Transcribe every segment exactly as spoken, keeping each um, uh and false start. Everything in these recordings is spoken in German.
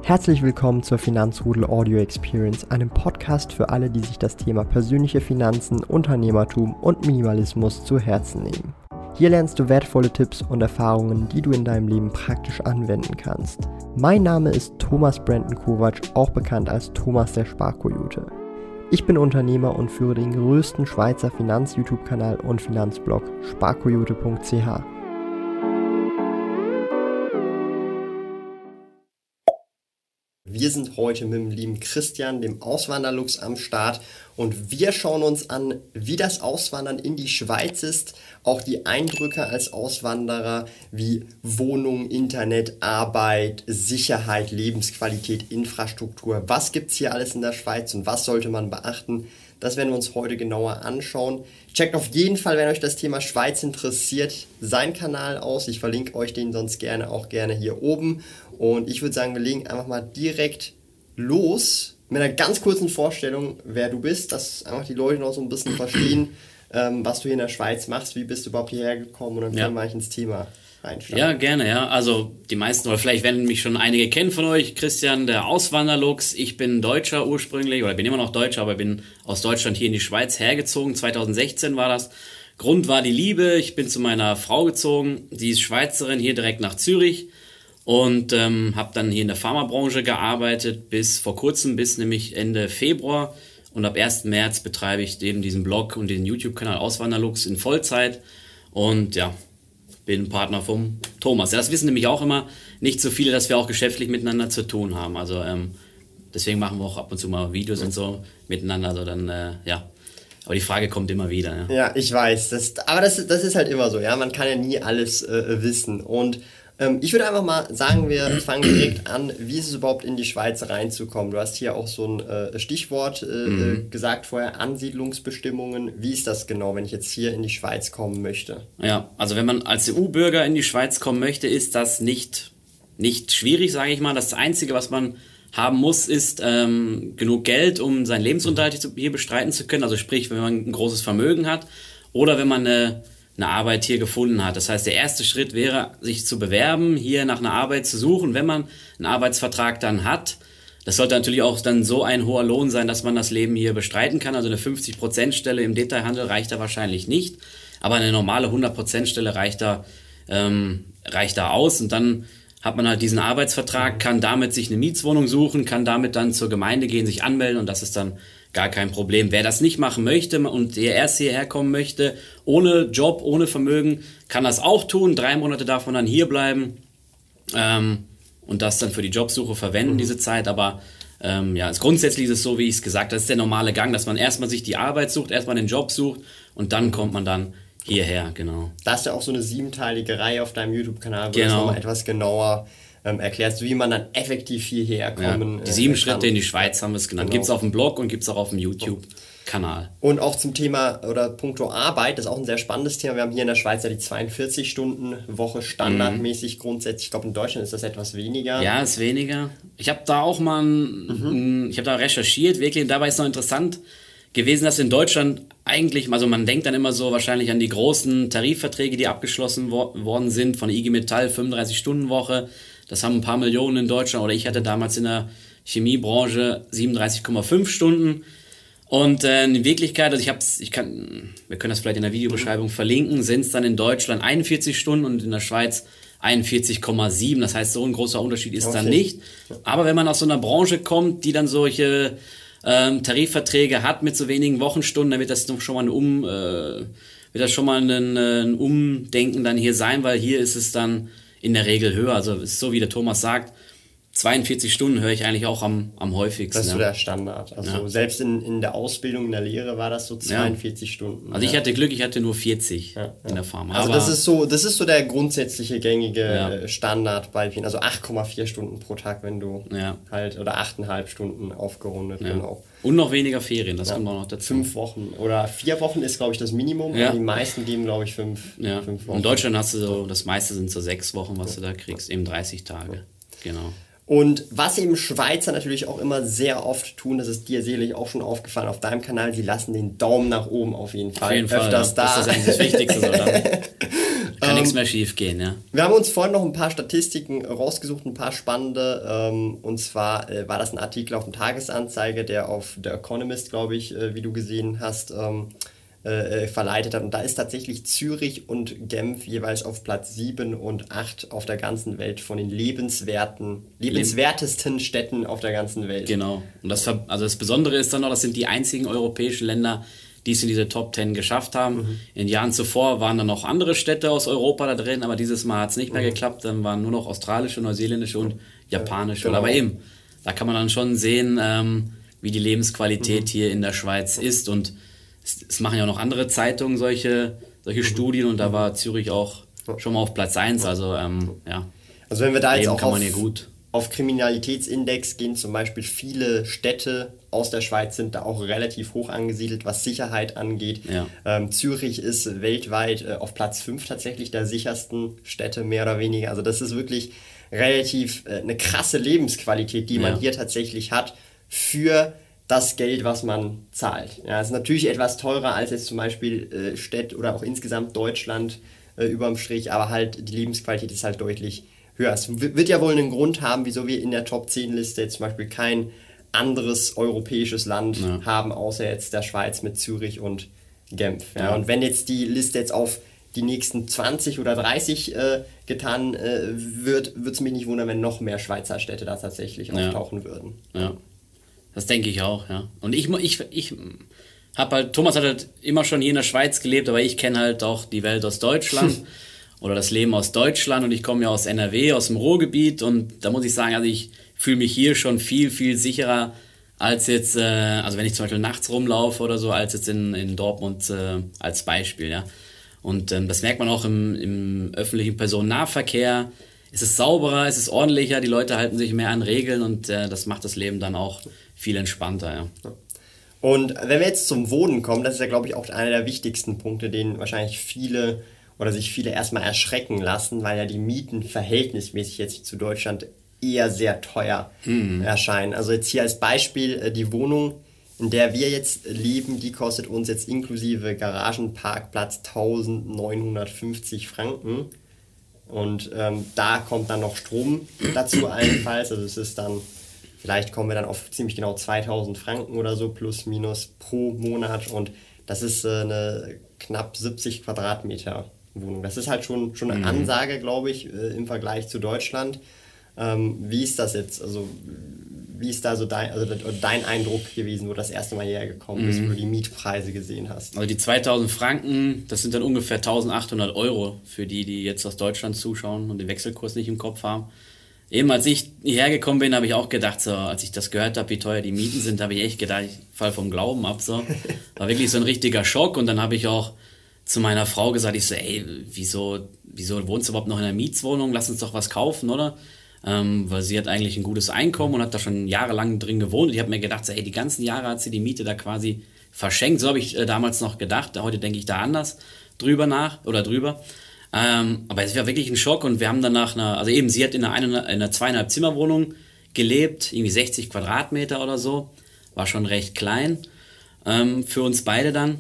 Herzlich willkommen zur Finanzrudel Audio Experience, einem Podcast für alle, die sich das Thema persönliche Finanzen, Unternehmertum und Minimalismus zu Herzen nehmen. Hier lernst du wertvolle Tipps und Erfahrungen, die du in deinem Leben praktisch anwenden kannst. Mein Name ist Thomas Brandon Kovac, auch bekannt als Thomas der Sparkoyote. Ich bin Unternehmer und führe den größten Schweizer Finanz-YouTube-Kanal und Finanzblog sparkoyote punkt c h. Wir sind heute mit dem lieben Christian, dem Auswanderlux, am Start und wir schauen uns an, wie das Auswandern in die Schweiz ist, auch die Eindrücke als Auswanderer wie Wohnung, Internet, Arbeit, Sicherheit, Lebensqualität, Infrastruktur. Was gibt es hier alles in der Schweiz und was sollte man beachten? Das werden wir uns heute genauer anschauen. Checkt auf jeden Fall, wenn euch das Thema Schweiz interessiert, seinen Kanal aus. Ich verlinke euch den sonst gerne auch gerne hier oben. Und ich würde sagen, wir legen einfach mal direkt los mit einer ganz kurzen Vorstellung, wer du bist, dass einfach die Leute noch so ein bisschen verstehen, ähm, was du hier in der Schweiz machst, wie bist du überhaupt hierher gekommen und dann ja. können wir eigentlich ins Thema reinschauen. Ja, gerne, ja. Also die meisten, oder vielleicht werden mich schon einige kennen von euch, Christian, der Auswanderlux. Ich bin Deutscher ursprünglich, oder bin immer noch Deutscher, aber bin aus Deutschland hier in die Schweiz hergezogen. zwanzig sechzehn war das. Grund war die Liebe. Ich bin zu meiner Frau gezogen, die ist Schweizerin, hier direkt nach Zürich. Und ähm, habe dann hier in der Pharmabranche gearbeitet bis vor kurzem, bis nämlich Ende Februar. Und ab ersten März betreibe ich eben diesen Blog und den YouTube-Kanal Auswanderlux in Vollzeit. Und ja, bin Partner vom Thomas. Ja, das wissen nämlich auch immer nicht so viele, dass wir auch geschäftlich miteinander zu tun haben. Also ähm, deswegen machen wir auch ab und zu mal Videos und so miteinander. Also dann, äh, ja. Aber die Frage kommt immer wieder. Ja, ja ich weiß. Das, aber das, das ist halt immer so. Ja, man kann ja nie alles äh, wissen. Und ich würde einfach mal sagen, wir fangen direkt an, wie ist es überhaupt in die Schweiz reinzukommen? Du hast hier auch so ein äh, Stichwort äh, mhm. gesagt vorher, Ansiedlungsbestimmungen. Wie ist das genau, wenn ich jetzt hier in die Schweiz kommen möchte? Ja, also wenn man als E U-Bürger in die Schweiz kommen möchte, ist das nicht, nicht schwierig, sage ich mal. Das Einzige, was man haben muss, ist ähm, genug Geld, um seinen Lebensunterhalt hier bestreiten zu können. Also sprich, wenn man ein großes Vermögen hat oder wenn man eine eine Arbeit hier gefunden hat. Das heißt, der erste Schritt wäre, sich zu bewerben, hier nach einer Arbeit zu suchen. Wenn man einen Arbeitsvertrag dann hat, das sollte natürlich auch dann so ein hoher Lohn sein, dass man das Leben hier bestreiten kann. Also eine fünfzig Prozent Stelle im Detailhandel reicht da wahrscheinlich nicht, aber eine normale hundert Prozent Stelle reicht da, ähm, reicht da aus. Und dann hat man halt diesen Arbeitsvertrag, kann damit sich eine Mietswohnung suchen, kann damit dann zur Gemeinde gehen, sich anmelden und das ist dann gar kein Problem. Wer das nicht machen möchte und der erst hierher kommen möchte, ohne Job, ohne Vermögen, kann das auch tun. Drei Monate darf man dann hier bleiben ähm, und das dann für die Jobsuche verwenden, mhm. diese Zeit. Aber ähm, ja, grundsätzlich ist es so, wie ich es gesagt habe, das ist der normale Gang, dass man erstmal sich die Arbeit sucht, erstmal den Job sucht und dann kommt man dann hierher, genau. Da ist ja auch so eine siebenteilige Reihe auf deinem YouTube-Kanal, wo genau. du das nochmal etwas genauer Ähm, erklärst, wie man dann effektiv hierher kommen ja, die sieben äh, Schritte in die Schweiz haben wir es genannt. Genau. Gibt es auf dem Blog und gibt es auch auf dem YouTube-Kanal. Und auch zum Thema oder puncto Arbeit, das ist auch ein sehr spannendes Thema. Wir haben hier in der Schweiz ja die zweiundvierzig-Stunden-Woche standardmäßig mhm. grundsätzlich. Ich glaube, in Deutschland ist das etwas weniger. Ja, ist weniger. Ich habe da auch mal, mhm. ich habe da recherchiert, wirklich, und dabei ist noch interessant gewesen, dass in Deutschland eigentlich, also man denkt dann immer so wahrscheinlich an die großen Tarifverträge, die abgeschlossen wo- worden sind, von I G Metall, fünfunddreißig-Stunden-Woche. Das haben ein paar Millionen in Deutschland, oder ich hatte damals in der Chemiebranche siebenunddreißig Komma fünf Stunden. Und äh, in Wirklichkeit, also ich hab's, ich kann, wir können das vielleicht in der Videobeschreibung verlinken, sind es dann in Deutschland einundvierzig Stunden und in der Schweiz einundvierzig Komma sieben. Das heißt, so ein großer Unterschied ist okay. dann nicht. Aber wenn man aus so einer Branche kommt, die dann solche ähm, Tarifverträge hat mit so wenigen Wochenstunden, dann wird das noch schon mal ein um, äh, wird das schon mal ein, ein Umdenken dann hier sein, weil hier ist es dann in der Regel höher. Also es ist so, wie der Thomas sagt, zweiundvierzig Stunden höre ich eigentlich auch am, am häufigsten. Das ist so ja. der Standard. Also ja. selbst in, in der Ausbildung, in der Lehre war das so zweiundvierzig ja. Stunden. Also ja. ich hatte Glück, ich hatte nur vierzig ja, ja. in der Pharma. Also Aber das ist so, das ist so der grundsätzliche gängige ja. Standard bei vielen. Also acht Komma vier Stunden pro Tag, wenn du ja. halt, oder acht Komma fünf Stunden aufgerundet, ja. genau. Und noch weniger Ferien, das ja. kommt auch noch dazu. Fünf Wochen oder vier Wochen ist, glaube ich, das Minimum. Ja. Und die meisten geben, glaube ich, fünf, ja. fünf Wochen. In Deutschland hast du so, das meiste sind so sechs Wochen, was ja. du da kriegst, eben dreißig Tage. Ja. Genau. Und was eben Schweizer natürlich auch immer sehr oft tun, das ist dir sicherlich auch schon aufgefallen auf deinem Kanal, sie lassen den Daumen nach oben auf jeden Fall. Auf jeden Fall, öfters ja. da. Das ist eigentlich das Wichtigste. So dann. Kann Ähm, nichts mehr schief gehen, ja. Wir haben uns vorhin noch ein paar Statistiken rausgesucht, ein paar spannende. Ähm, und zwar äh, war das ein Artikel auf dem Tagesanzeiger, der auf The Economist, glaube ich, äh, wie du gesehen hast, ähm, äh, verleitet hat. Und da ist tatsächlich Zürich und Genf jeweils auf Platz sieben und acht auf der ganzen Welt von den lebenswerten, lebenswertesten Städten auf der ganzen Welt. Genau. Und das, Ver- also das Besondere ist dann noch, das sind die einzigen europäischen Länder, die es in diese Top Ten geschafft haben. Mhm. In Jahren zuvor waren dann noch andere Städte aus Europa da drin, aber dieses Mal hat es nicht mehr mhm. geklappt. Dann waren nur noch australische, neuseelische und japanische. Ja, genau. Aber eben, da kann man dann schon sehen, ähm, wie die Lebensqualität mhm. hier in der Schweiz ist. Und es, es machen ja auch noch andere Zeitungen solche, solche mhm. Studien und da war Zürich auch schon mal auf Platz eins. Also ähm, ja, also wenn wir da jetzt Leben auch kann man auf, hier gut. auf Kriminalitätsindex gehen, zum Beispiel viele Städte aus der Schweiz sind da auch relativ hoch angesiedelt, was Sicherheit angeht. Ja. Ähm, Zürich ist weltweit äh, auf Platz fünf tatsächlich der sichersten Städte, mehr oder weniger. Also das ist wirklich relativ äh, eine krasse Lebensqualität, die man ja. hier tatsächlich hat für das Geld, was man zahlt. Ja, es ist natürlich etwas teurer als jetzt zum Beispiel äh, Städte oder auch insgesamt Deutschland äh, überm Strich, aber halt die Lebensqualität ist halt deutlich höher. Es wird ja wohl einen Grund haben, wieso wir in der Top zehn Liste jetzt zum Beispiel kein anderes europäisches Land ja. haben, außer jetzt der Schweiz mit Zürich und Genf. Ja. Ja. Und wenn jetzt die Liste jetzt auf die nächsten zwanzig oder dreißig äh, getan äh, wird, würde es mich nicht wundern, wenn noch mehr Schweizer Städte da tatsächlich ja. auftauchen würden. Ja, das denke ich auch, ja. Und ich, ich, ich habe halt, Thomas hat halt immer schon hier in der Schweiz gelebt, aber ich kenne halt auch die Welt aus Deutschland oder das Leben aus Deutschland und ich komme ja aus N R W, aus dem Ruhrgebiet und da muss ich sagen, also ich fühle mich hier schon viel, viel sicherer als jetzt, äh, also wenn ich zum Beispiel nachts rumlaufe oder so, als jetzt in, in Dortmund äh, als Beispiel, ja. Und ähm, das merkt man auch im, im öffentlichen Personennahverkehr. Es ist sauberer, es ist ordentlicher, die Leute halten sich mehr an Regeln und äh, das macht das Leben dann auch viel entspannter, ja. Und wenn wir jetzt zum Wohnen kommen, das ist ja, glaube ich, auch einer der wichtigsten Punkte, den wahrscheinlich viele oder sich viele erstmal erschrecken lassen, weil ja die Mieten verhältnismäßig jetzt zu Deutschland eher sehr teuer hm. erscheinen. Also jetzt hier als Beispiel die Wohnung, in der wir jetzt leben, die kostet uns jetzt inklusive Garagenparkplatz eintausendneunhundertfünfzig Franken. Und ähm, da kommt dann noch Strom dazu allenfalls. Also es ist dann, vielleicht kommen wir dann auf ziemlich genau zweitausend Franken oder so plus minus pro Monat. Und das ist äh, eine knapp siebzig Quadratmeter Wohnung. Das ist halt schon, schon eine mhm. Ansage, glaube ich, äh, im Vergleich zu Deutschland. Ähm, wie ist das jetzt? Also wie ist da so dein, also dein Eindruck gewesen, wo du das erste Mal hierher gekommen bist, mhm. wo du die Mietpreise gesehen hast? Also die zweitausend Franken, das sind dann ungefähr eintausendachthundert Euro für die, die jetzt aus Deutschland zuschauen und den Wechselkurs nicht im Kopf haben. Eben als ich hierher gekommen bin, habe ich auch gedacht, so, als ich das gehört habe, wie teuer die Mieten sind, habe ich echt gedacht, ich fall vom Glauben ab. So. War wirklich so ein richtiger Schock und dann habe ich auch zu meiner Frau gesagt, ich so, ey, wieso, wieso wohnst du überhaupt noch in einer Mietswohnung? Lass uns doch was kaufen, oder? Ähm, weil sie hat eigentlich ein gutes Einkommen und hat da schon jahrelang drin gewohnt. Und ich habe mir gedacht, so, ey, die ganzen Jahre hat sie die Miete da quasi verschenkt. So habe ich äh, damals noch gedacht. Heute denke ich da anders drüber nach oder drüber. Ähm, aber es war wirklich ein Schock und wir haben dann nach einer, also eben, sie hat in einer, einer, einer zweieinhalb Zimmerwohnung gelebt, irgendwie sechzig Quadratmeter oder so. War schon recht klein ähm, für uns beide dann.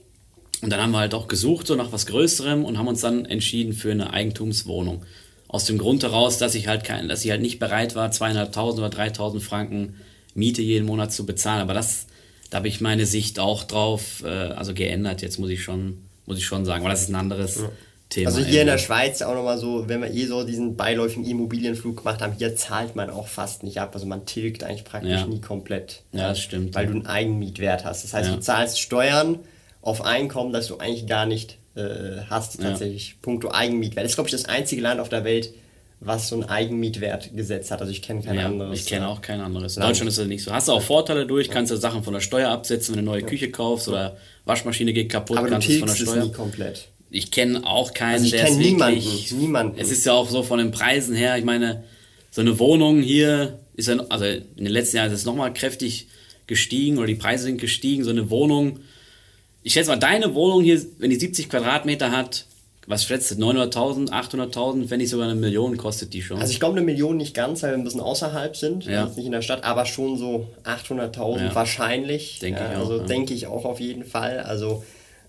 Und dann haben wir halt auch gesucht, so nach was Größerem und haben uns dann entschieden für eine Eigentumswohnung. Aus dem Grund heraus, dass ich halt kein, dass ich halt nicht bereit war, zweieinhalbtausend oder dreitausend Franken Miete jeden Monat zu bezahlen. Aber das, da habe ich meine Sicht auch drauf, äh, also geändert. Jetzt muss ich schon, muss ich schon sagen, aber das ist ein anderes ja. Thema. Also hier in der Schweiz auch nochmal so, wenn wir eh so diesen beiläufigen Immobilienflug gemacht haben, hier zahlt man auch fast nicht ab. Also man tilgt eigentlich praktisch ja. nie komplett. Ja, das stimmt. Weil ja. du einen Eigenmietwert hast. Das heißt, ja. du zahlst Steuern auf Einkommen, das du eigentlich gar nicht äh, hast, tatsächlich. Ja. Punkto Eigenmietwert. Das ist, glaube ich, das einzige Land auf der Welt, was so ein Eigenmietwertgesetz hat. Also ich kenne kein ja, anderes. Ich kenne auch kein anderes. In Deutschland ist das nicht so. Hast du auch Vorteile durch, kannst du Sachen von der Steuer absetzen, wenn du eine neue ja. Küche kaufst oder Waschmaschine geht kaputt, aber kannst du du von der Steuer. Es nie komplett. Ich kenne auch keinen, also ich der kenn es niemanden, wirklich... niemanden. Es ist ja auch so von den Preisen her, ich meine, so eine Wohnung hier ist ja, also in den letzten Jahren ist es nochmal kräftig gestiegen oder die Preise sind gestiegen. So eine Wohnung, ich schätze mal, deine Wohnung hier, wenn die siebzig Quadratmeter hat, was schätzt du, neunhunderttausend, achthunderttausend, wenn nicht sogar eine Million kostet die schon? Also ich glaube eine Million nicht ganz, weil wir ein bisschen außerhalb sind, ja. also nicht in der Stadt, aber schon so achthunderttausend ja. wahrscheinlich. Denke ja, ich auch. Also ja. denke ich auch auf jeden Fall. Also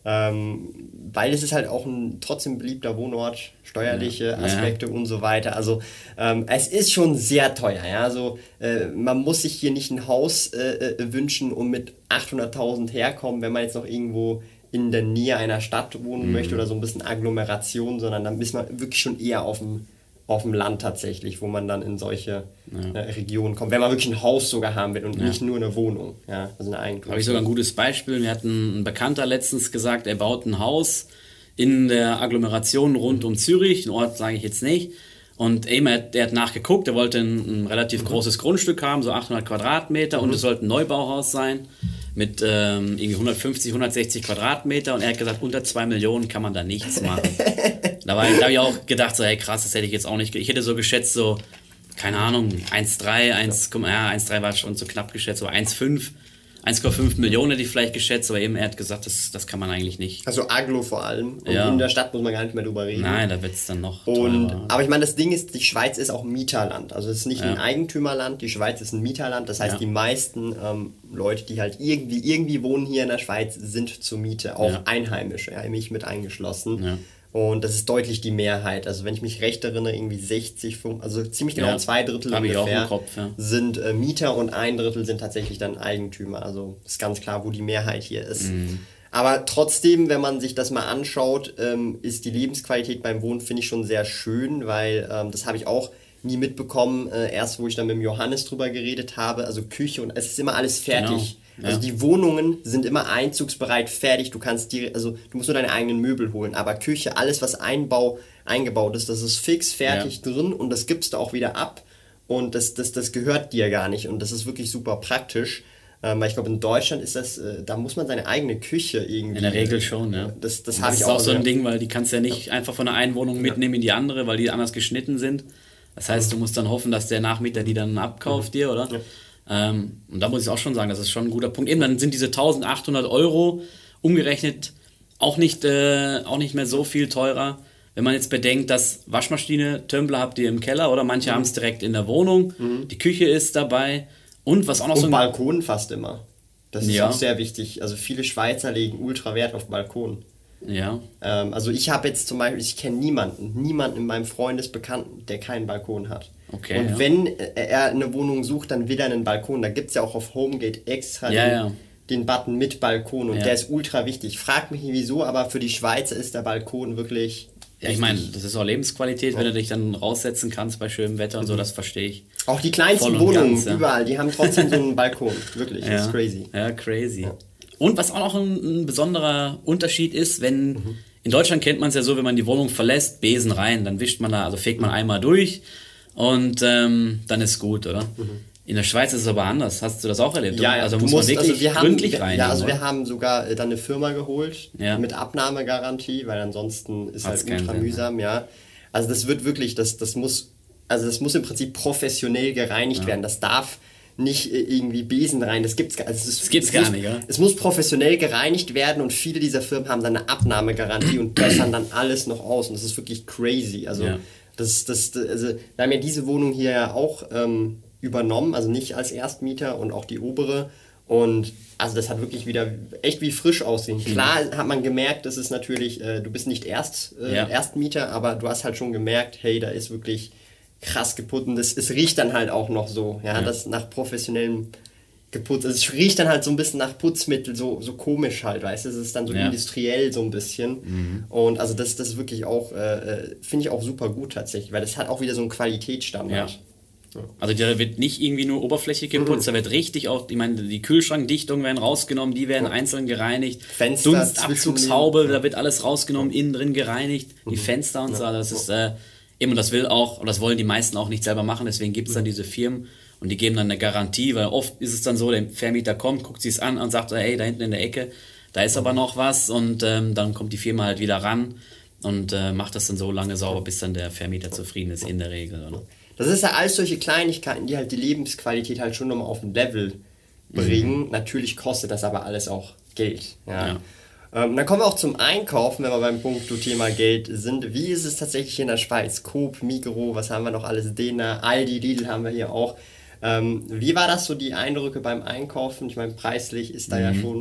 Ähm, weil es ist halt auch ein trotzdem beliebter Wohnort, steuerliche Ja. Aspekte und so weiter. Also ähm, es ist schon sehr teuer. Ja? Also äh, man muss sich hier nicht ein Haus äh, äh, wünschen und mit achthunderttausend herkommen, wenn man jetzt noch irgendwo in der Nähe einer Stadt wohnen möchte oder so ein bisschen Agglomeration, sondern dann ist man wirklich schon eher auf dem auf dem Land tatsächlich, wo man dann in solche ja. äh, Regionen kommt, wenn man wirklich ein Haus sogar haben will und ja. nicht nur eine Wohnung, ja, also eine Eigentum. Habe ich sogar ein gutes Beispiel. Mir hat ein, ein Bekannter letztens gesagt, er baut ein Haus in der Agglomeration rund um Zürich, den Ort sage ich jetzt nicht, und eben, er, er hat nachgeguckt, er wollte ein, ein relativ mhm. großes Grundstück haben, so achthundert Quadratmeter, mhm. und es sollte ein Neubauhaus sein mit ähm, irgendwie hundertfünfzig, hundertsechzig Quadratmeter, und er hat gesagt, unter zwei Millionen kann man da nichts machen. Da, war, da habe ich auch gedacht, so, hey krass, das hätte ich jetzt auch nicht, ich hätte so geschätzt, so, keine Ahnung, eins Komma drei, eins, ja, eins Komma drei war schon so knapp geschätzt, so eins Komma fünf, eins Komma fünf Millionen hätte ich vielleicht geschätzt, aber eben, er hat gesagt, das, das kann man eigentlich nicht. Also Aglo vor allem, und ja. in der Stadt muss man gar nicht mehr drüber reden. Nein, da wird es dann noch und, teurer. Aber ich meine, das Ding ist, die Schweiz ist auch ein Mieterland, also es ist nicht ja. ein Eigentümerland, die Schweiz ist ein Mieterland, das heißt, ja. die meisten ähm, Leute, die halt irgendwie, irgendwie wohnen hier in der Schweiz, sind zur Miete, auch ja. Einheimische, ja, mich mit eingeschlossen. Ja. Und das ist deutlich die Mehrheit. Also wenn ich mich recht erinnere, irgendwie sechzig, also ziemlich genau ja, zwei Drittel ungefähr Kopf, ja. sind äh, Mieter und ein Drittel sind tatsächlich dann Eigentümer. Also ist ganz klar, wo die Mehrheit hier ist. Mhm. Aber trotzdem, wenn man sich das mal anschaut, ähm, ist die Lebensqualität beim Wohnen, finde ich, schon sehr schön, weil ähm, das habe ich auch nie mitbekommen, äh, erst wo ich dann mit dem Johannes drüber geredet habe. Also Küche und es ist immer alles fertig. Genau. Ja. Also die Wohnungen sind immer einzugsbereit, fertig. Du kannst dir, also du musst nur deine eigenen Möbel holen. Aber Küche, alles was Einbau, eingebaut ist, das ist fix, fertig ja. drin und das gibst du auch wieder ab. Und das, das, das gehört dir gar nicht. Und das ist wirklich super praktisch. Ähm, weil ich glaube, in Deutschland ist das, äh, da muss man seine eigene Küche irgendwie... In der Regel schon, ja. Das, das, das habe ich ist auch auch so ein Ding, weil die kannst du ja nicht ja. einfach von der einen Wohnung mitnehmen in die andere, weil die anders geschnitten sind. Das heißt, du musst dann hoffen, dass der Nachmieter die dann abkauft mhm. dir, oder? Ja. Ähm, und da muss ich auch schon sagen, das ist schon ein guter Punkt. Eben, dann sind diese eintausendachthundert Euro umgerechnet auch nicht, äh, auch nicht mehr so viel teurer. Wenn man jetzt bedenkt, dass Waschmaschine, Tumbler habt ihr im Keller oder manche mhm. haben es direkt in der Wohnung, mhm. die Küche ist dabei und was auch noch und so ein... Balkon fast immer. Das ist ja. auch sehr wichtig. Also viele Schweizer legen ultra Wert auf Balkon. Ja. Ähm, also ich habe jetzt zum Beispiel, ich kenne niemanden, niemanden in meinem Freundesbekannten, der keinen Balkon hat. Okay, und ja. wenn er eine Wohnung sucht, dann will er einen Balkon. Da gibt es ja auch auf Homegate extra ja, den, ja. den Button mit Balkon und ja. der ist ultra wichtig. Frag mich nicht wieso, aber für die Schweizer ist der Balkon wirklich... Ja, ich meine, das ist auch Lebensqualität, ja. wenn du dich dann raussetzen kannst bei schönem Wetter und so, das verstehe ich. Auch die kleinsten Wohnungen ganz, ja. überall, die haben trotzdem so einen Balkon, wirklich, ja. das ist crazy. Ja, crazy. Ja. Und was auch noch ein, ein besonderer Unterschied ist, wenn, mhm. in Deutschland kennt man es ja so, wenn man die Wohnung verlässt, Besen rein, dann wischt man da, also fegt man einmal durch und ähm, dann ist gut, oder? Mhm. In der Schweiz ist es aber anders. Hast du das auch erlebt? Ja, ja. Also du muss musst, man wirklich also wir gründlich haben, reinigen. Ja, also oder? wir haben sogar dann eine Firma geholt ja. mit Abnahmegarantie, weil ansonsten ist Hat's halt ultra Sinn, mühsam, ja. ja. Also das wird wirklich, das, das muss, also das muss im Prinzip professionell gereinigt ja. werden. Das darf nicht irgendwie Besen rein, das gibt's gar, also es, das gibt's es gar muss, nicht, ja. Es muss professionell gereinigt werden und viele dieser Firmen haben dann eine Abnahmegarantie und bessern dann alles noch aus und das ist wirklich crazy. Also ja. das, das, also wir haben ja diese Wohnung hier ja auch ähm, übernommen, also nicht als Erstmieter und auch die obere. Und also das hat wirklich wieder echt wie frisch aussehen. Mhm. Klar hat man gemerkt, das ist natürlich, äh, du bist nicht Erst, äh, ja. Erstmieter, aber du hast halt schon gemerkt, hey, da ist wirklich krass geputzt. Und das, es riecht dann halt auch noch so, ja, ja. das nach professionellem geputzt. Also es riecht dann halt so ein bisschen nach Putzmittel, so, so komisch halt, weißt du, es ist dann so ja. industriell so ein bisschen. Mhm. Und also das, das ist wirklich auch, äh, finde ich auch super gut tatsächlich, weil das hat auch wieder so einen Qualitätsstandard. Ja. Also da wird nicht irgendwie nur Oberfläche geputzt, mhm. da wird richtig auch, ich meine, die Kühlschrankdichtungen werden rausgenommen, die werden oh. einzeln gereinigt. Fenster, Dunstabzugshaube, da wird alles rausgenommen, innen drin gereinigt, mhm. die Fenster und ja. so, das ist äh, eben, das will auch, und das wollen die meisten auch nicht selber machen, deswegen gibt es dann diese Firmen und die geben dann eine Garantie, weil oft ist es dann so, der Vermieter kommt, guckt sich es an und sagt, hey, da hinten in der Ecke, da ist aber noch was und ähm, dann kommt die Firma halt wieder ran und äh, macht das dann so lange sauber, bis dann der Vermieter zufrieden ist, in der Regel, oder? Das ist ja alles solche Kleinigkeiten, die halt die Lebensqualität halt schon nochmal auf ein Level bringen. Mhm. Natürlich kostet das aber alles auch Geld. Ja. Ja. Ähm, dann kommen wir auch zum Einkaufen, wenn wir beim Punkt Thema Geld sind. Wie ist es tatsächlich in der Schweiz? Coop, Migros, was haben wir noch alles? Dena, Aldi, Lidl haben wir hier auch. Ähm, wie war das so, die Eindrücke beim Einkaufen? Ich meine, preislich ist da mhm. ja schon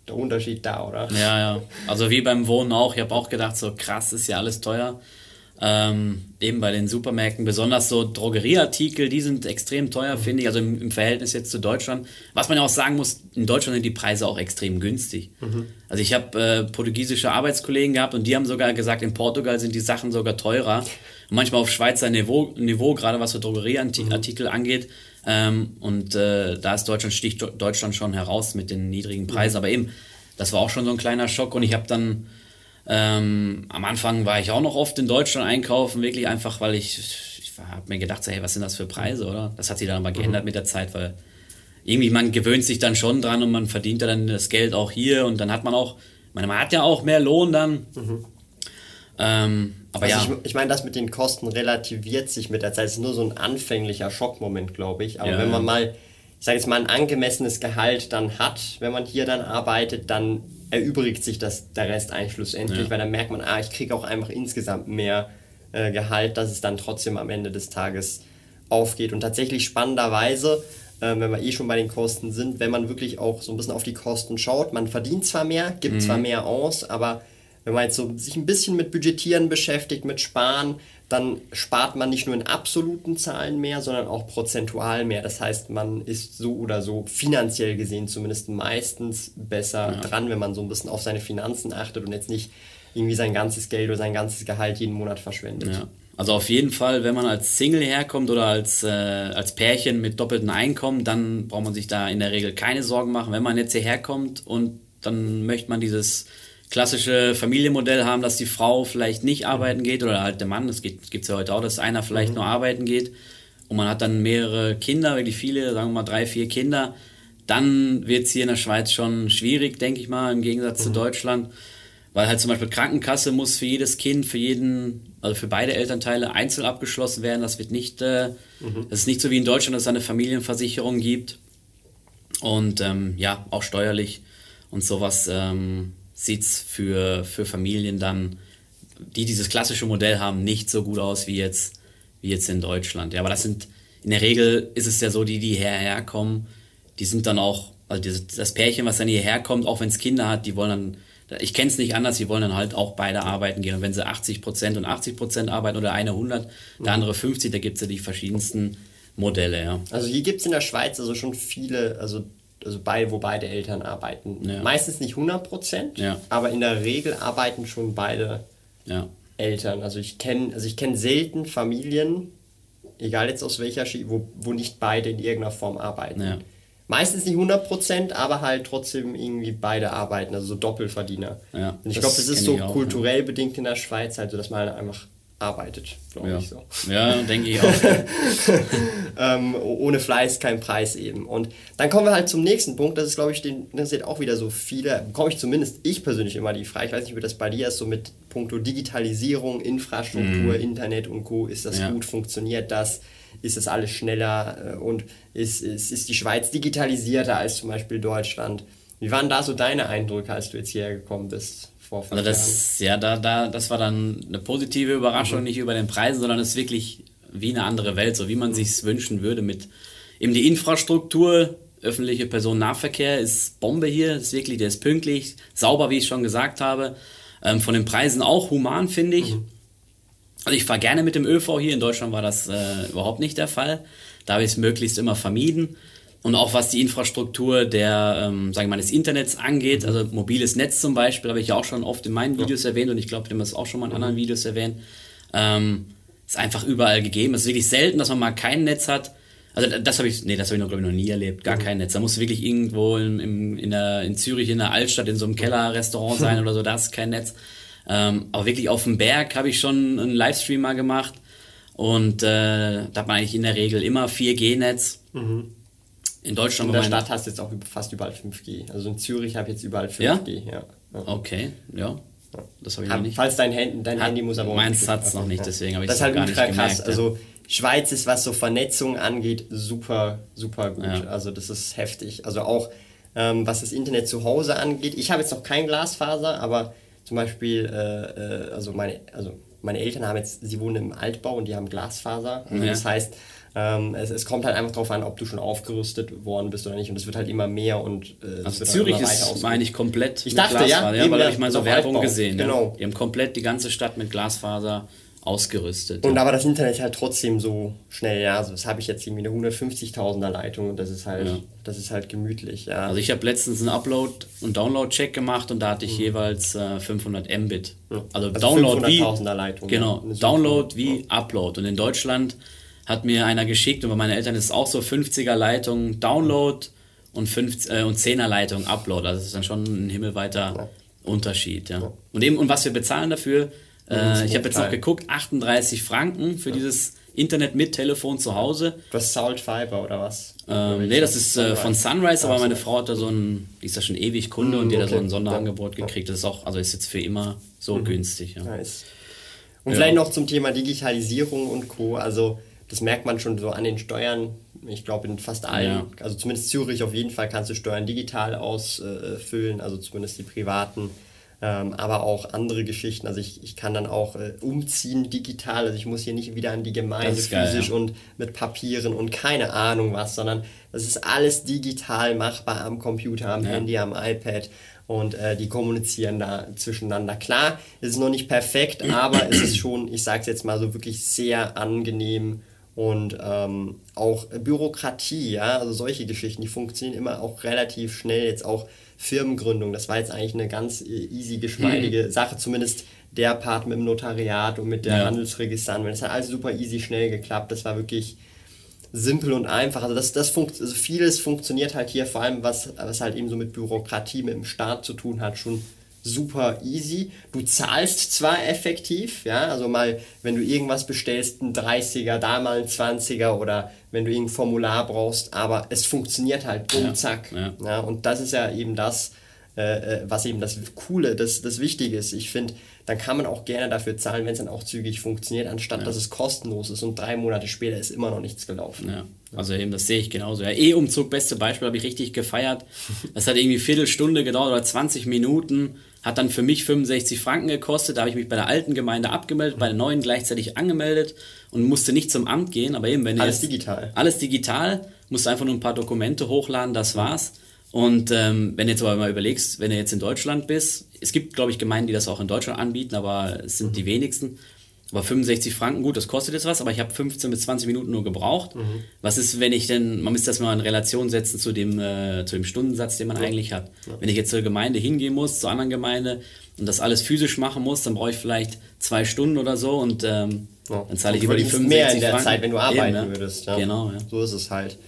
der Unterschied da, oder? Ja, ja. Also wie beim Wohnen auch. Ich habe auch gedacht, so krass, ist ja alles teuer. Ähm, eben bei den Supermärkten, besonders so Drogerieartikel, die sind extrem teuer, mhm. finde ich, also im, im Verhältnis jetzt zu Deutschland. Was man ja auch sagen muss, in Deutschland sind die Preise auch extrem günstig. Mhm. Also ich habe äh, portugiesische Arbeitskollegen gehabt und die haben sogar gesagt, in Portugal sind die Sachen sogar teurer. Und manchmal auf Schweizer Niveau, Niveau gerade was so Drogerieartikel mhm. angeht. Ähm, und äh, da ist Deutschland, sticht Deutschland schon heraus mit den niedrigen Preisen. Mhm. Aber eben, das war auch schon so ein kleiner Schock und ich habe dann Ähm, am Anfang war ich auch noch oft in Deutschland einkaufen, wirklich einfach, weil ich, ich habe mir gedacht, so, hey, was sind das für Preise, oder? Das hat sich dann aber geändert mhm. mit der Zeit, weil irgendwie man gewöhnt sich dann schon dran und man verdient dann das Geld auch hier und dann hat man auch, ich meine, man hat ja auch mehr Lohn dann. Mhm. Ähm, aber also ja. Ich, ich meine, das mit den Kosten relativiert sich mit der Zeit. Es ist nur so ein anfänglicher Schockmoment, glaube ich. Aber ja, wenn man mal, ich sage jetzt mal, ein angemessenes Gehalt dann hat, wenn man hier dann arbeitet, dann erübrigt sich das, der Rest eigentlich schlussendlich, ja. weil dann merkt man, ah, ich kriege auch einfach insgesamt mehr äh, Gehalt, dass es dann trotzdem am Ende des Tages aufgeht. Und tatsächlich spannenderweise, äh, wenn wir eh schon bei den Kosten sind, wenn man wirklich auch so ein bisschen auf die Kosten schaut, man verdient zwar mehr, gibt mhm. zwar mehr aus, aber wenn man jetzt so sich ein bisschen mit Budgetieren beschäftigt, mit Sparen, dann spart man nicht nur in absoluten Zahlen mehr, sondern auch prozentual mehr. Das heißt, man ist so oder so finanziell gesehen zumindest meistens besser ja. dran, wenn man so ein bisschen auf seine Finanzen achtet und jetzt nicht irgendwie sein ganzes Geld oder sein ganzes Gehalt jeden Monat verschwendet. Ja. Also auf jeden Fall, wenn man als Single herkommt oder als, äh, als Pärchen mit doppeltem Einkommen, dann braucht man sich da in der Regel keine Sorgen machen. Wenn man jetzt hierher kommt und dann möchte man dieses klassische Familienmodell haben, dass die Frau vielleicht nicht arbeiten geht oder halt der Mann, das gibt es ja heute auch, dass einer vielleicht mhm. nur arbeiten geht und man hat dann mehrere Kinder, wirklich viele, sagen wir mal drei, vier Kinder, dann wird es hier in der Schweiz schon schwierig, denke ich mal, im Gegensatz mhm. zu Deutschland, weil halt zum Beispiel Krankenkasse muss für jedes Kind, für jeden, also für beide Elternteile einzeln abgeschlossen werden, das wird nicht, äh, mhm. das ist nicht so wie in Deutschland, dass es eine Familienversicherung gibt und ähm, ja, auch steuerlich und sowas, ähm, sieht es für, für Familien dann, die dieses klassische Modell haben, nicht so gut aus wie jetzt, wie jetzt in Deutschland. Ja, aber das sind, in der Regel ist es ja so, die, die hierher kommen, die sind dann auch, also dieses, das Pärchen, was dann hierher kommt, auch wenn es Kinder hat, die wollen dann, ich kenne es nicht anders, die wollen dann halt auch beide arbeiten gehen. Und wenn sie achtzig Prozent und achtzig Prozent arbeiten oder eine hundert, der andere fünfzig, da gibt es ja die verschiedensten Modelle. Ja. Also hier gibt es in der Schweiz also schon viele, also Also bei, wo beide Eltern arbeiten. Ja. Meistens nicht hundert Prozent, ja. aber in der Regel arbeiten schon beide ja. Eltern. Also ich kenne also ich kenn selten Familien, egal jetzt aus welcher Schicht, wo, wo nicht beide in irgendeiner Form arbeiten. Ja. Meistens nicht hundert Prozent, aber halt trotzdem irgendwie beide arbeiten, also so Doppelverdiener. Ja, und ich glaube, das ist so auch, kulturell ja. bedingt in der Schweiz, halt so, dass man einfach arbeitet, glaube ja. ich so. Ja, denke ich auch. ähm, ohne Fleiß kein Preis eben. Und dann kommen wir halt zum nächsten Punkt, das ist, glaube ich, den interessiert auch wieder so viele, bekomme ich zumindest ich persönlich immer die Frage, ich weiß nicht, wie das bei dir ist, so mit puncto Digitalisierung, Infrastruktur, mm. Internet und Co., ist das ja. gut, funktioniert das, ist das alles schneller und ist, ist, ist die Schweiz digitalisierter als zum Beispiel Deutschland? Wie waren da so deine Eindrücke, als du jetzt hierher gekommen bist? Also das, ja, da, da, das war dann eine positive Überraschung, mhm. nicht über den Preisen, sondern es ist wirklich wie eine andere Welt, so wie man mhm. sich's wünschen würde. Mit eben die Infrastruktur, öffentliche Personennahverkehr ist Bombe hier, ist wirklich, der ist pünktlich, sauber, wie ich schon gesagt habe. Ähm, von den Preisen auch human, finde ich. Mhm. Also ich fahre gerne mit dem ÖV hier, in Deutschland war das äh, überhaupt nicht der Fall. Da habe ich es möglichst immer vermieden. Und auch was die Infrastruktur der, ähm, sagen wir mal, des Internets angeht, also mobiles Netz zum Beispiel, habe ich ja auch schon oft in meinen Videos ja. erwähnt und ich glaube, dem ist auch schon mal in anderen Videos erwähnt, ähm, ist einfach überall gegeben. Es ist wirklich selten, dass man mal kein Netz hat. Also das habe ich, nee, das habe ich noch, glaube ich, noch nie erlebt, gar mhm. kein Netz. Da muss wirklich irgendwo in, in, in, der, in Zürich, in der Altstadt, in so einem Kellerrestaurant sein oder so, da ist kein Netz. Ähm, aber wirklich auf dem Berg habe ich schon einen Livestream mal gemacht und äh, da hat man eigentlich in der Regel immer vier G Netz. Mhm. In Deutschland. In der Stadt hast du jetzt auch fast überall fünf G. Also in Zürich habe ich jetzt überall fünf G. Ja? Ja. Okay, ja. Das habe ich noch nicht. Falls dein, Hand, dein Handy muss aber auch meins hat es noch nicht, deswegen habe ich es halt gar nicht gemerkt. Krass. Also Schweiz ist, was so Vernetzung angeht, super, super gut. Ja. Also das ist heftig. Also auch ähm, was das Internet zu Hause angeht. Ich habe jetzt noch kein Glasfaser, aber zum Beispiel, äh, äh, also meine, also meine Eltern haben jetzt, sie wohnen im Altbau und die haben Glasfaser. Also Ja. das heißt, ähm, es, es kommt halt einfach drauf an, ob du schon aufgerüstet worden bist oder nicht. Und es wird halt immer mehr und äh, es Also wird Zürich immer weiter ist, ausgebaut. meine ich, komplett Ich mit dachte, ja, Glasfaser. Ja, eben, weil ja, habe ich mal so auf Werbung Altbau. gesehen. Genau. Ja. Die haben komplett die ganze Stadt mit Glasfaser ausgerüstet. Und ja. aber das Internet ist halt trotzdem so schnell, ja. Also das habe ich jetzt irgendwie eine hundertfünfzigtausender Leitung und das ist halt, Ja. das ist halt gemütlich, ja. Also ich habe letztens einen Upload- und Download-Check gemacht und da hatte ich Mhm. jeweils äh, fünfhundert Mbit. Ja. Also, Also Download wie fünfhunderttausender Leitung, genau, ja. Eine super- Download wie Upload. Und in Deutschland hat mir einer geschickt und bei meinen Eltern ist es auch so fünfziger Leitung Download und fünfzig, äh, und zehner Leitung Upload. Also das ist dann schon ein himmelweiter Ja. Unterschied. Ja. Und eben und was wir bezahlen dafür, äh, ich habe jetzt noch geguckt, achtunddreißig Franken für dieses Internet mit Telefon zu Hause. Du hast Salt Fiber oder was? Ähm, nee, das ist äh, von Sunrise, aber meine Frau hat da so ein, die ist ja schon ewig Kunde Mm, und die hat da okay. so ein Sonderangebot gekriegt. Das ist auch, also ist jetzt für immer so günstig. Ja. Nice. Und Ja. vielleicht noch zum Thema Digitalisierung und Co. Also das merkt man schon so an den Steuern. Ich glaube in fast allen, Ja. also zumindest Zürich auf jeden Fall kannst du Steuern digital ausfüllen, also zumindest die privaten. Ähm, aber auch andere Geschichten. Also ich, ich kann dann auch äh, umziehen digital. Also ich muss hier nicht wieder an die Gemeinde Das ist geil, physisch ja. und mit Papieren und keine Ahnung was, sondern das ist alles digital machbar am Computer, am Ja. Handy, am iPad. Und äh, die kommunizieren da zwischeneinander. Klar, es ist noch nicht perfekt, aber es ist schon, ich sage es jetzt mal so, wirklich sehr angenehm. Und ähm, auch Bürokratie, ja, also solche Geschichten, die funktionieren immer auch relativ schnell. Jetzt auch Firmengründung, das war jetzt eigentlich eine ganz äh, easy, geschmeidige Sache, zumindest der Part mit dem Notariat und mit der Ja. Handelsregisteranmeldung. Das hat alles super easy schnell geklappt. Das war wirklich simpel und einfach. Also das, das funkt, also vieles funktioniert halt hier, vor allem was, was halt eben so mit Bürokratie, mit dem Staat zu tun hat, schon super easy. Du zahlst zwar effektiv, ja, also mal, wenn du irgendwas bestellst, ein dreißiger, da mal ein zwanziger oder wenn du irgendein Formular brauchst, aber es funktioniert halt, bumm, Ja, zack. ja. Ja, und das ist ja eben das, äh, äh, was eben das Coole, das, das Wichtige ist. Ich finde, dann kann man auch gerne dafür zahlen, wenn es dann auch zügig funktioniert, anstatt dass es kostenlos ist und drei Monate später ist immer noch nichts gelaufen. Ja, also eben, das sehe ich genauso. Ja, E-Umzug, beste Beispiel, habe ich richtig gefeiert. Das hat irgendwie eine Viertelstunde gedauert oder zwanzig Minuten, hat dann für mich fünfundsechzig Franken gekostet. Da habe ich mich bei der alten Gemeinde abgemeldet, bei der neuen gleichzeitig angemeldet und musste nicht zum Amt gehen. Aber eben, wenn du Alles jetzt, digital. Alles digital, musst einfach nur ein paar Dokumente hochladen, das war's. Und ähm, wenn du jetzt aber mal überlegst, wenn du jetzt in Deutschland bist, es gibt, glaube ich, Gemeinden, die das auch in Deutschland anbieten, aber es sind die wenigsten. Aber fünfundsechzig Franken, gut, das kostet jetzt was, aber ich habe fünfzehn bis zwanzig Minuten nur gebraucht. Mhm. Was ist, wenn ich denn, man müsste das mal in Relation setzen zu dem, äh, zu dem Stundensatz, den man eigentlich hat. Wenn ich jetzt zur Gemeinde hingehen muss, zur anderen Gemeinde und das alles physisch machen muss, dann brauche ich vielleicht zwei Stunden oder so und ähm, Ja. dann zahle ich Du über die verdienst fünfundsechzig mehr in der Franken. Zeit, wenn du arbeiten Eben, ja. würdest. Ja. Genau, ja. So ist es halt.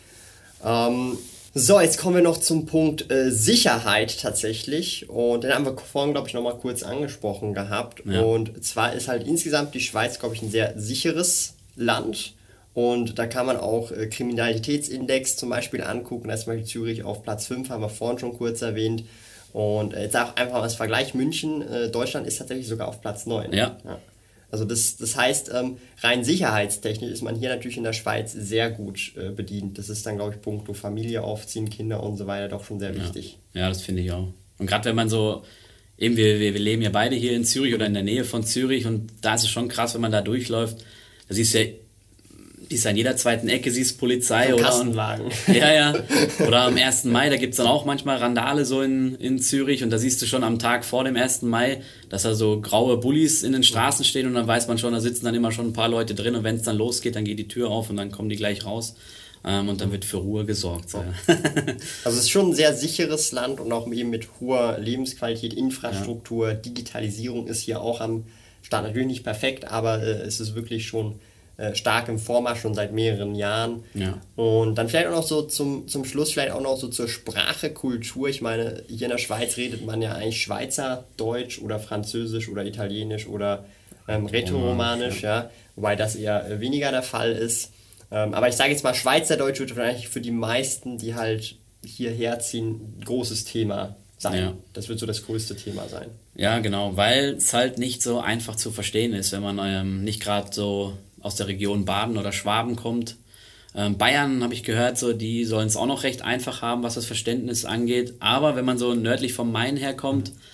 Ähm, so, jetzt kommen wir noch zum Punkt äh, Sicherheit tatsächlich. Und den haben wir vorhin, glaube ich, nochmal kurz angesprochen gehabt. Ja. Und zwar ist halt insgesamt die Schweiz, glaube ich, ein sehr sicheres Land. Und da kann man auch äh, Kriminalitätsindex zum Beispiel angucken. Da ist zum Beispiel Zürich auf Platz fünf, haben wir vorhin schon kurz erwähnt. Und äh, jetzt auch einfach mal als Vergleich, München, äh, Deutschland ist tatsächlich sogar auf Platz neun. Ja. Ja. Also das, das heißt, ähm, rein sicherheitstechnisch ist man hier natürlich in der Schweiz sehr gut äh, bedient. Das ist dann, glaube ich, puncto Familie aufziehen, Kinder und so weiter doch schon sehr wichtig. Ja, das finde ich auch. Und gerade wenn man so, eben wir, wir, wir leben ja beide hier in Zürich oder in der Nähe von Zürich und da ist es schon krass, wenn man da durchläuft, da siehst du ja, siehst an jeder zweiten Ecke siehst Polizei Ein oder Kastenwagen. ja, ja. Oder am ersten Mai, da gibt es dann auch manchmal Randale so in, in Zürich und da siehst du schon am Tag vor dem ersten Mai, dass da so graue Bullis in den Straßen stehen und dann weiß man schon, da sitzen dann immer schon ein paar Leute drin und wenn es dann losgeht, dann geht die Tür auf und dann kommen die gleich raus ähm, und dann wird für Ruhe gesorgt. So. Ja. Also es ist schon ein sehr sicheres Land und auch eben mit hoher Lebensqualität, Infrastruktur, Digitalisierung ist hier auch am Start. Natürlich nicht perfekt, aber äh, es ist wirklich schon äh, stark im Vormarsch, schon seit mehreren Jahren. Ja. Und dann vielleicht auch noch so zum, zum Schluss, vielleicht auch noch so zur Sprache, Kultur. Ich meine, hier in der Schweiz redet man ja eigentlich Schweizer, Deutsch oder Französisch oder Italienisch oder ähm, Rätoromanisch, ja. Wobei das eher äh, weniger der Fall ist. Ähm, aber ich sage jetzt mal, Schweizerdeutsch wird wahrscheinlich für die meisten, die halt hierher ziehen, ein großes Thema sein. Ja. Das wird so das größte Thema sein. Ja, genau, weil es halt nicht so einfach zu verstehen ist, wenn man ähm, nicht gerade so aus der Region Baden oder Schwaben kommt. Ähm, Bayern, habe ich gehört, so, die sollen es auch noch recht einfach haben, was das Verständnis angeht. Aber wenn man so nördlich vom Main herkommt,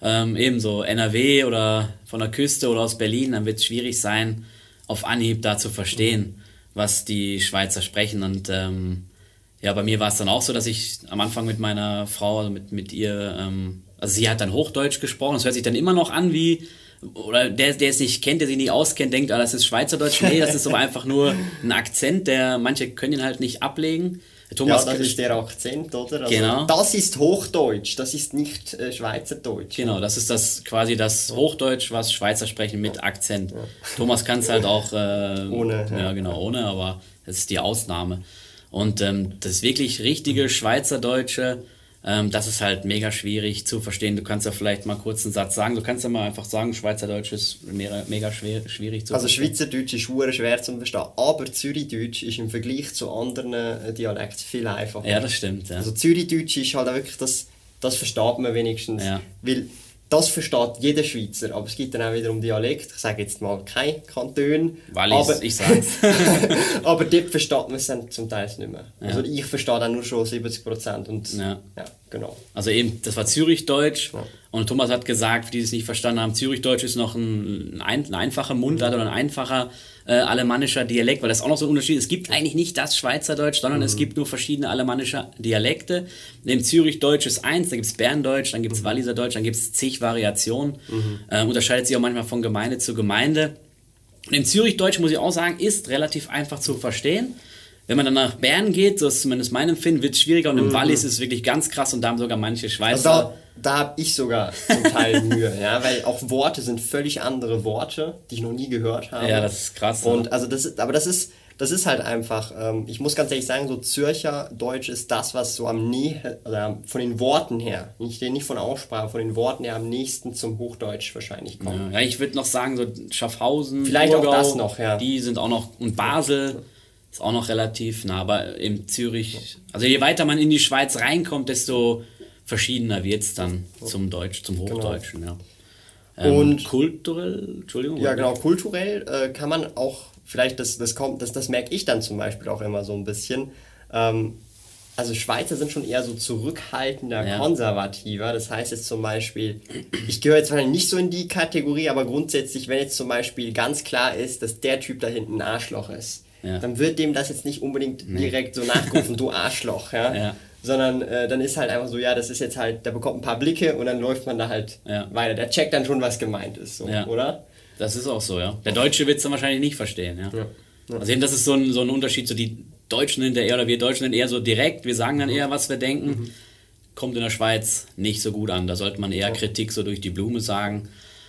ähm, ebenso N R W oder von der Küste oder aus Berlin, dann wird es schwierig sein, auf Anhieb da zu verstehen, was die Schweizer sprechen. Und ähm, ja, bei mir war es dann auch so, dass ich am Anfang mit meiner Frau, also mit, mit ihr, ähm, also sie hat dann Hochdeutsch gesprochen, das hört sich dann immer noch an wie, oder der, der es nicht kennt, der sich nicht auskennt, denkt, ah, das ist Schweizerdeutsch. Nee, das ist aber einfach nur ein Akzent, der, manche können ihn halt nicht ablegen. Thomas, ja, das ist der Akzent, oder? Also, genau. Das ist Hochdeutsch, das ist nicht äh, Schweizerdeutsch. Genau, das ist das quasi das Hochdeutsch, was Schweizer sprechen mit Akzent. Ja. Thomas kann es halt auch äh, ohne. Ja. ja, genau, ohne, aber das ist die Ausnahme. Und ähm, das wirklich richtige Schweizerdeutsche, ähm, das ist halt mega schwierig zu verstehen. Du kannst ja vielleicht mal kurz einen Satz sagen. Du kannst ja mal einfach sagen, Schweizerdeutsch ist mega, mega schwer, schwierig zu also verstehen. Also Schweizerdeutsch ist schwer schwer zu verstehen, aber Zürichdeutsch ist im Vergleich zu anderen Dialekten viel einfacher. Ja, das stimmt. Ja. Also Zürichdeutsch ist halt auch wirklich, das, das versteht man wenigstens. Ja. Weil das versteht jeder Schweizer, aber es gibt dann auch wiederum Dialekt. Ich sage jetzt mal keine Kantone. Wallis, ich sag's. Aber dort versteht man es dann zum Teil nicht mehr. Ja. Also ich verstehe dann nur schon siebzig Prozent. Und ja. ja, genau. Also eben, das war Zürichdeutsch. Ja. Und Thomas hat gesagt, für die es nicht verstanden haben, Zürichdeutsch ist noch ein, ein, ein einfacher Mundart mhm. oder ein einfacher äh, alemannischer Dialekt, weil das ist auch noch so ein Unterschied. Es gibt eigentlich nicht das Schweizerdeutsch, sondern mhm. es gibt nur verschiedene alemannische Dialekte. Neben Zürichdeutsch ist eins, dann gibt es Berndeutsch, dann gibt es mhm. Walliserdeutsch, dann gibt es zig Variationen. Mhm. Äh, unterscheidet sich auch manchmal von Gemeinde zu Gemeinde. Und im Zürichdeutsch, muss ich auch sagen, ist relativ einfach zu verstehen. Wenn man dann nach Bern geht, so ist zumindest mein Empfinden, wird es schwieriger. Und im mhm. Wallis ist es wirklich ganz krass und da haben sogar manche Schweizer... Also da, da habe ich sogar zum Teil Mühe, ja, weil auch Worte sind völlig andere Worte, die ich noch nie gehört habe. Ja, das ist krass. Und also das ist, aber das ist, das ist halt einfach, ähm, ich muss ganz ehrlich sagen, so Zürcher Deutsch ist das, was so am nächsten, also von den Worten her, ich stehe nicht von Aussprache, von den Worten her am nächsten zum Hochdeutsch wahrscheinlich kommt. Ja, ich würde noch sagen, so Schaffhausen, vielleicht Thurgau, auch das noch, ja. Die sind auch noch, und Basel ist auch noch relativ nah, aber in Zürich, also je weiter man in die Schweiz reinkommt, desto verschiedener wird es dann zum Deutsch, zum Hochdeutschen, genau. ja. Ähm, und kulturell, Entschuldigung. Ja, genau, kulturell äh, kann man auch, vielleicht, das, das kommt, das, das merke ich dann zum Beispiel auch immer so ein bisschen, ähm, also Schweizer sind schon eher so zurückhaltender, ja. konservativer, das heißt jetzt zum Beispiel, ich gehöre jetzt wahrscheinlich nicht so in die Kategorie, aber grundsätzlich, wenn jetzt zum Beispiel ganz klar ist, dass der Typ da hinten ein Arschloch ist, ja. dann wird dem das jetzt nicht unbedingt nee. direkt so nachgerufen, du Arschloch, ja. ja. Sondern äh, dann ist halt einfach so, ja, das ist jetzt halt, der bekommt ein paar Blicke und dann läuft man da halt ja. weiter. Der checkt dann schon, was gemeint ist, so, ja. oder? Das ist auch so, ja. Der Deutsche wird es dann wahrscheinlich nicht verstehen, ja. ja. ja. Also eben, das ist so ein, so ein Unterschied, so die Deutschen sind eher, oder wir Deutschen sind eher so direkt, wir sagen dann eher, was wir denken. Mhm. Kommt in der Schweiz nicht so gut an, da sollte man eher ja. Kritik so durch die Blume sagen.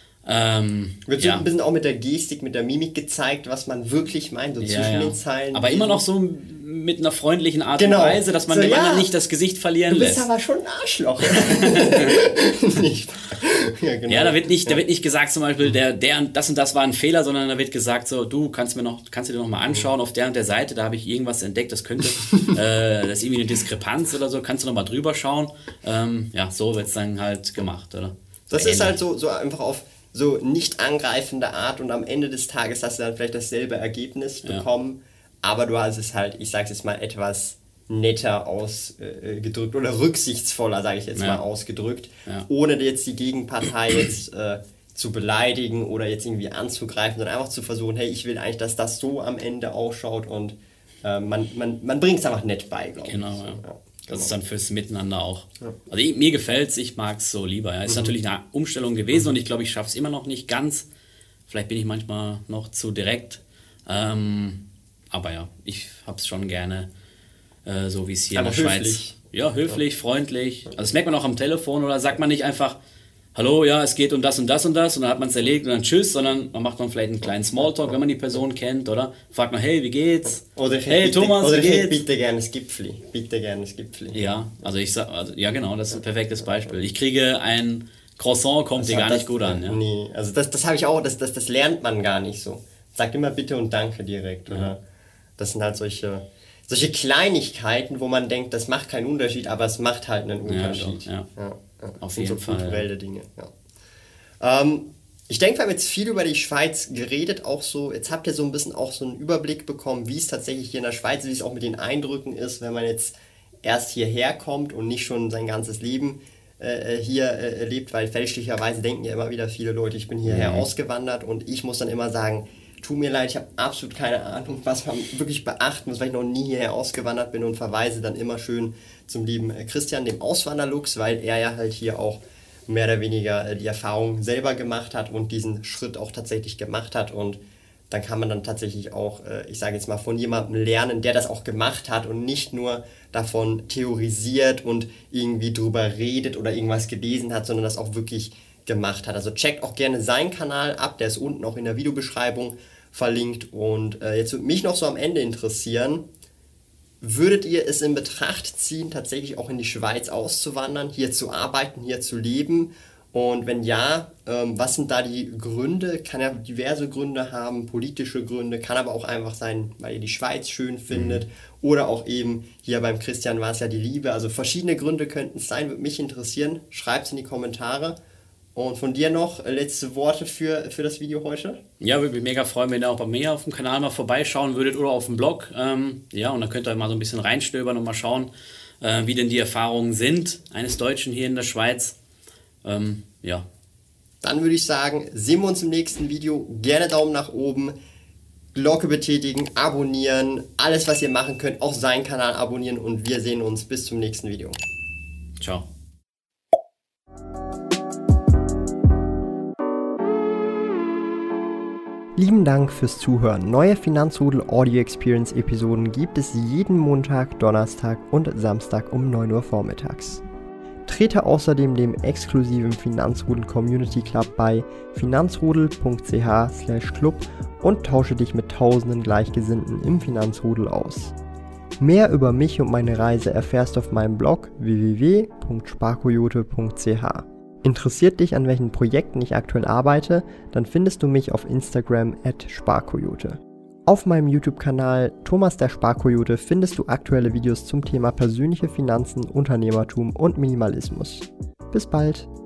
Ähm, Wird ja. so ein bisschen auch mit der Gestik, mit der Mimik gezeigt, was man wirklich meint, so ja, zwischen ja. den Zeilen. Aber immer noch so mit einer freundlichen Art genau. und Weise, dass man so, dem ja. anderen nicht das Gesicht verlieren lässt. Du bist lässt. aber schon ein Arschloch. nicht. Ja, genau. ja, da wird nicht, ja. da wird nicht gesagt zum Beispiel, der, der und das und das war ein Fehler, sondern da wird gesagt so, du kannst mir noch, kannst du dir noch mal anschauen, auf der und der Seite, da habe ich irgendwas entdeckt, das könnte, äh, das ist irgendwie eine Diskrepanz oder so, kannst du noch mal drüber schauen. Ähm, ja, so wird es dann halt gemacht, oder? Das so ist ähnlich. Halt so, so einfach auf so nicht angreifende Art und am Ende des Tages hast du dann vielleicht dasselbe Ergebnis bekommen, ja. aber du hast es halt, ich sag's jetzt mal, etwas netter ausgedrückt äh, oder rücksichtsvoller, sage ich jetzt ja. mal, ausgedrückt, ja. ohne jetzt die Gegenpartei jetzt äh, zu beleidigen oder jetzt irgendwie anzugreifen, sondern einfach zu versuchen, hey, ich will eigentlich, dass das so am Ende ausschaut und äh, man, man, man bringt es einfach nett bei, glaube genau, ich. Ja. Ja. Das Genau. ist dann fürs Miteinander auch. Ja. Also ich, mir gefällt es, ich mag es so lieber. Ja. Ist mhm. natürlich eine Umstellung gewesen mhm. und ich glaube, ich schaffe es immer noch nicht ganz. Vielleicht bin ich manchmal noch zu direkt. Ähm, aber ja, ich habe es schon gerne, äh, so wie es hier aber in der höflich. Schweiz. Ja, höflich, ja. freundlich. Also das merkt man auch am Telefon oder sagt man nicht einfach, hallo, ja, es geht um das und das und das und dann hat man es erledigt und dann tschüss, sondern man macht dann vielleicht einen kleinen Smalltalk, wenn man die Person kennt, oder? Fragt man, hey, wie geht's? Oder ich hey, bitte, Thomas, oder wie ich geht's? bitte gerne das Gipfeli. Bitte gerne das Gipfeli. Ja, also ich sag, also, ja genau, das ist ein perfektes Beispiel. Ich kriege ein Croissant, kommt dir gar das, nicht gut an. Ja? Nee, also das, das habe ich auch, das, das, das lernt man gar nicht so. Sagt immer bitte und danke direkt, oder? Ja. Das sind halt solche, solche Kleinigkeiten, wo man denkt, das macht keinen Unterschied, aber es macht halt einen Unterschied. Ja, ja. ja, ja. Auf das sind jeden so Fall. kulturelle Ja. Dinge, ja. Ähm, ich denke, wir haben jetzt viel über die Schweiz geredet, auch so, jetzt habt ihr so ein bisschen auch so einen Überblick bekommen, wie es tatsächlich hier in der Schweiz ist, wie es auch mit den Eindrücken ist, wenn man jetzt erst hierher kommt und nicht schon sein ganzes Leben äh, hier äh, lebt, weil fälschlicherweise denken ja immer wieder viele Leute, ich bin hierher mhm. ausgewandert und ich muss dann immer sagen, tut mir leid, ich habe absolut keine Ahnung, was man wirklich beachten muss, weil ich noch nie hierher ausgewandert bin und verweise dann immer schön zum lieben Christian, dem Auswanderlux, weil er ja halt hier auch mehr oder weniger die Erfahrung selber gemacht hat und diesen Schritt auch tatsächlich gemacht hat und dann kann man dann tatsächlich auch, ich sage jetzt mal, von jemandem lernen, der das auch gemacht hat und nicht nur davon theorisiert und irgendwie drüber redet oder irgendwas gelesen hat, sondern das auch wirklich gemacht hat. Also checkt auch gerne seinen Kanal ab, der ist unten auch in der Videobeschreibung verlinkt. Und äh, jetzt würde mich noch so am Ende interessieren, würdet ihr es in Betracht ziehen, tatsächlich auch in die Schweiz auszuwandern, hier zu arbeiten, hier zu leben? Und wenn ja, ähm, was sind da die Gründe? Kann ja diverse Gründe haben, politische Gründe, kann aber auch einfach sein, weil ihr die Schweiz schön findet. Mhm. Oder auch eben, hier beim Christian war es ja die Liebe. Also verschiedene Gründe könnten es sein, würde mich interessieren. Schreibt es in die Kommentare. Und von dir noch letzte Worte für, für das Video heute? Ja, würde mich mega freuen, wenn ihr auch bei mir auf dem Kanal mal vorbeischauen würdet oder auf dem Blog. Ähm, ja, und dann könnt ihr mal so ein bisschen reinstöbern und mal schauen, äh, wie denn die Erfahrungen sind eines Deutschen hier in der Schweiz. Ähm, ja. Dann würde ich sagen, sehen wir uns im nächsten Video. Gerne Daumen nach oben, Glocke betätigen, abonnieren, alles was ihr machen könnt, auch seinen Kanal abonnieren und wir sehen uns bis zum nächsten Video. Ciao. Lieben Dank fürs Zuhören. Neue Finanzrudel Audio Experience Episoden gibt es jeden Montag, Donnerstag und Samstag um neun Uhr vormittags. Trete außerdem dem exklusiven Finanzrudel Community Club bei finanzrudel punkt c h slash club und tausche dich mit tausenden Gleichgesinnten im Finanzrudel aus. Mehr über mich und meine Reise erfährst du auf meinem Blog w w w punkt sparkoyote punkt c h. Interessiert dich, an welchen Projekten ich aktuell arbeite, dann findest du mich auf Instagram at sparkoyote. Auf meinem YouTube-Kanal Thomas der Sparkoyote findest du aktuelle Videos zum Thema persönliche Finanzen, Unternehmertum und Minimalismus. Bis bald!